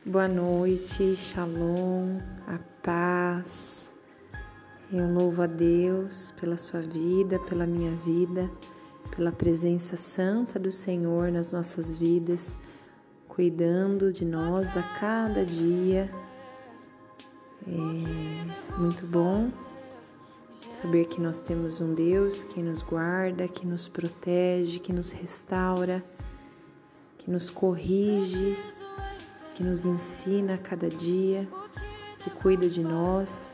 Boa noite, shalom, a paz. Eu louvo a Deus pela sua vida, pela minha vida, pela presença santa do Senhor nas nossas vidas, cuidando de nós a cada dia. É muito bom saber que nós temos um Deus que nos guarda, que nos protege, que nos restaura, que nos corrige, que nos ensina a cada dia, que cuida de nós.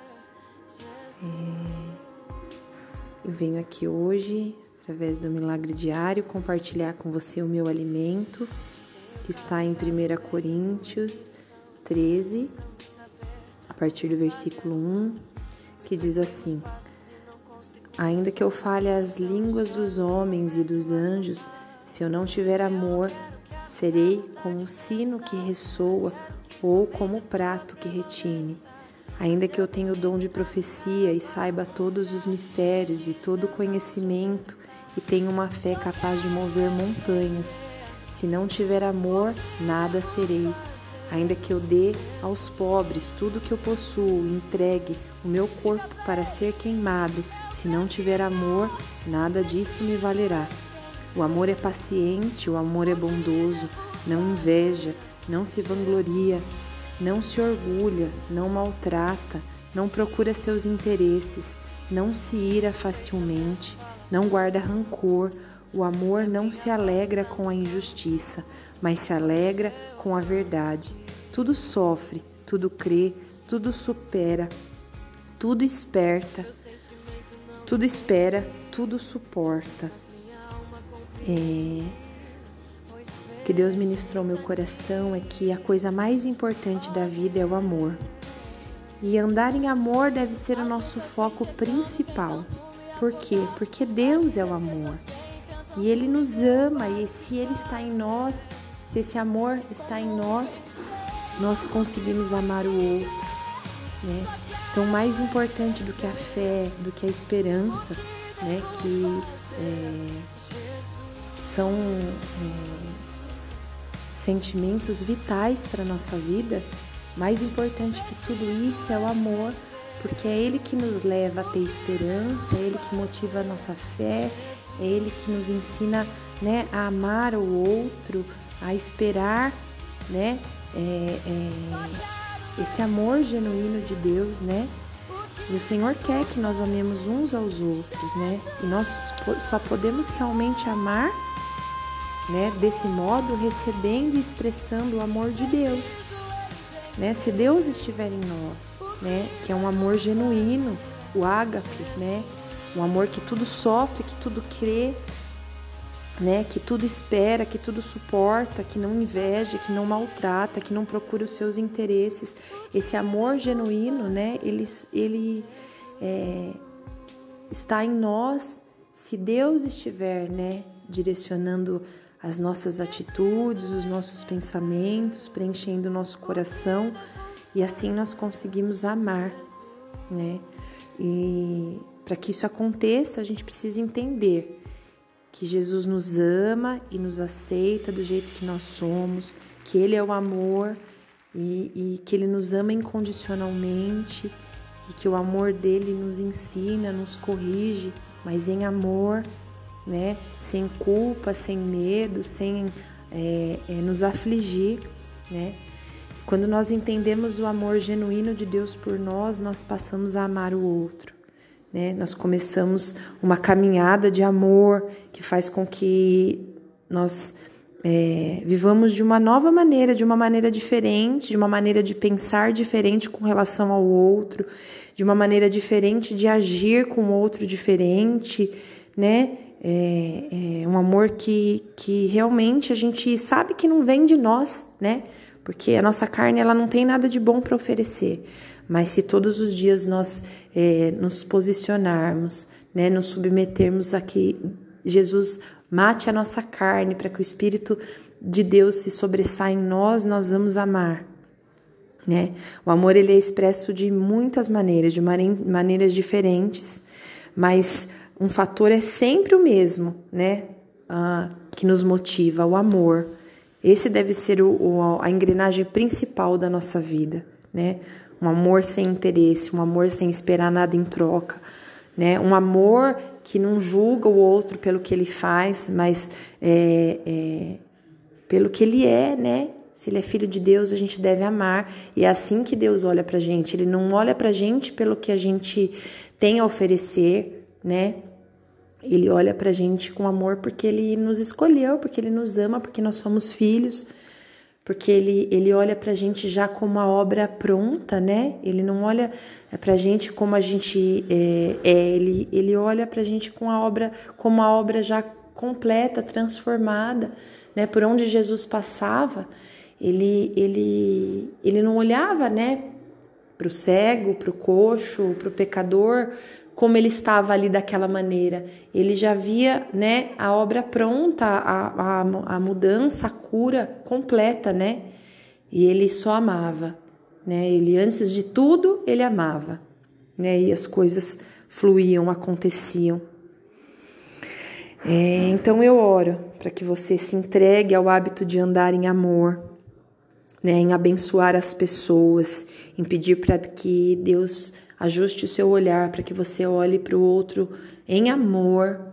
Eu venho aqui hoje, através do Milagre Diário, compartilhar com você o meu alimento, que está em 1 Coríntios 13, a partir do versículo 1, que diz assim: ainda que eu fale as línguas dos homens e dos anjos, se eu não tiver amor, serei como um sino que ressoa ou como um prato que retine. Ainda que eu tenha o dom de profecia e saiba todos os mistérios e todo o conhecimento e tenha uma fé capaz de mover montanhas, se não tiver amor, nada serei. Ainda que eu dê aos pobres tudo o que eu possuo e entregue o meu corpo para ser queimado, se não tiver amor, nada disso me valerá. O amor é paciente, o amor é bondoso, não inveja, não se vangloria, não se orgulha, não maltrata, não procura seus interesses, não se ira facilmente, não guarda rancor. O amor não se alegra com a injustiça, mas se alegra com a verdade. Tudo sofre, tudo crê, tudo supera, tudo espera, tudo suporta. O que Deus ministrou ao meu coração é que a coisa mais importante da vida é o amor. E andar em amor deve ser o nosso foco principal. Por quê? Porque Deus é o amor. E Ele nos ama, e se Ele está em nós, se esse amor está em nós, nós conseguimos amar o outro, né? Então, mais importante do que a fé, do que a esperança, né? São sentimentos vitais para a nossa vida. Mais importante que tudo isso é o amor, porque é Ele que nos leva a ter esperança, é Ele que motiva a nossa fé, é Ele que nos ensina, né, a amar o outro, a esperar, né, esse amor genuíno de Deus, né? E o Senhor quer que nós amemos uns aos outros, né? E nós só podemos realmente amar, né, desse modo, recebendo e expressando o amor de Deus, né? Se Deus estiver em nós, né, que é um amor genuíno, o ágape, né, um amor que tudo sofre, que tudo crê, né, que tudo espera, que tudo suporta, que não inveja, que não maltrata, que não procura os seus interesses. Esse amor genuíno, né, ele está em nós, se Deus estiver, né, direcionando as nossas atitudes, os nossos pensamentos, preenchendo o nosso coração, e assim nós conseguimos amar, né? E para que isso aconteça, a gente precisa entender que Jesus nos ama e nos aceita do jeito que nós somos, que Ele é o amor e que Ele nos ama incondicionalmente e que o amor dele nos ensina, nos corrige, mas em amor, né? Sem culpa, sem medo, sem nos afligir, né? Quando nós entendemos o amor genuíno de Deus por nós, nós passamos a amar o outro, né? Nós começamos uma caminhada de amor que faz com que nós vivamos de uma nova maneira, de uma maneira diferente, de uma maneira de pensar diferente com relação ao outro, de uma maneira diferente de agir com o outro diferente, né? Um amor que realmente a gente sabe que não vem de nós, né? Porque a nossa carne ela não tem nada de bom para oferecer. Mas se todos os dias nós nos posicionarmos, né, nos submetermos a que Jesus mate a nossa carne para que o Espírito de Deus se sobressaia em nós, nós vamos amar, né? O amor ele é expresso de muitas maneiras, de maneiras diferentes, mas um fator é sempre o mesmo, né? Que nos motiva, o amor. Esse deve ser a engrenagem principal da nossa vida, né? Um amor sem interesse, um amor sem esperar nada em troca, né? Um amor que não julga o outro pelo que ele faz, mas pelo que ele é, né? Se ele é filho de Deus, a gente deve amar. E é assim que Deus olha pra gente. Ele não olha pra gente pelo que a gente tem a oferecer, né? Ele olha pra gente com amor porque ele nos escolheu, porque ele nos ama, porque nós somos filhos, porque ele olha pra gente já como a obra pronta, né? Ele não olha pra gente como a gente ele olha pra gente como a obra já completa, transformada, né? Por onde Jesus passava, ele não olhava, né, para o cego, para o coxo, para o pecador, como ele estava ali daquela maneira. Ele já via, né, a obra pronta, a mudança, a cura completa, né? E ele só amava, né? Ele, antes de tudo, ele amava, né? E as coisas fluíam, aconteciam. Então eu oro para que você se entregue ao hábito de andar em amor, né, em abençoar as pessoas, em pedir para que Deus ajuste o seu olhar, para que você olhe para o outro em amor,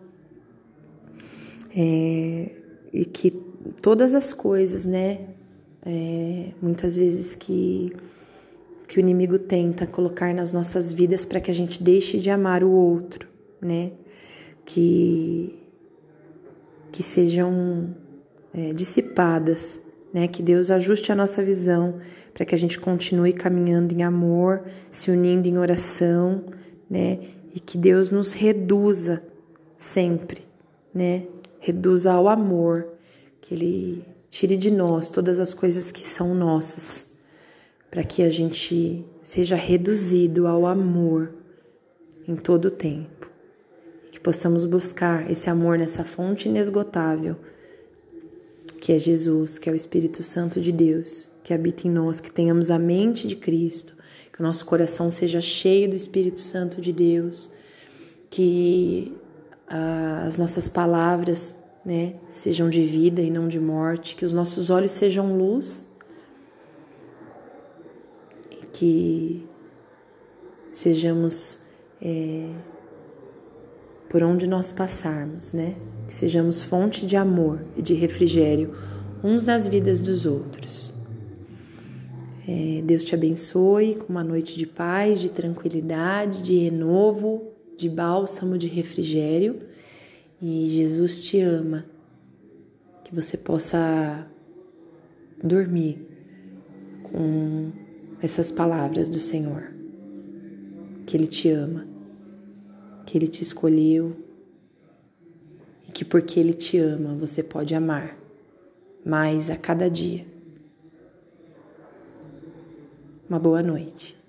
e que todas as coisas, né, muitas vezes que o inimigo tenta colocar nas nossas vidas para que a gente deixe de amar o outro, né, que sejam dissipadas, né? Que Deus ajuste a nossa visão para que a gente continue caminhando em amor, se unindo em oração, né? E que Deus nos reduza sempre, né? Reduza ao amor, que Ele tire de nós todas as coisas que são nossas, para que a gente seja reduzido ao amor em todo o tempo. Que possamos buscar esse amor nessa fonte inesgotável, que é Jesus, que é o Espírito Santo de Deus, que habita em nós, que tenhamos a mente de Cristo, que o nosso coração seja cheio do Espírito Santo de Deus, que as nossas palavras, né, sejam de vida e não de morte, que os nossos olhos sejam luz, que sejamos por onde nós passarmos, né? Que sejamos fonte de amor e de refrigério uns nas vidas dos outros. Deus te abençoe com uma noite de paz, de tranquilidade, de renovo, de bálsamo, de refrigério. E Jesus te ama. Que você possa dormir com essas palavras do Senhor. Que Ele te ama, que Ele te escolheu e que porque Ele te ama, você pode amar mais a cada dia. Uma boa noite.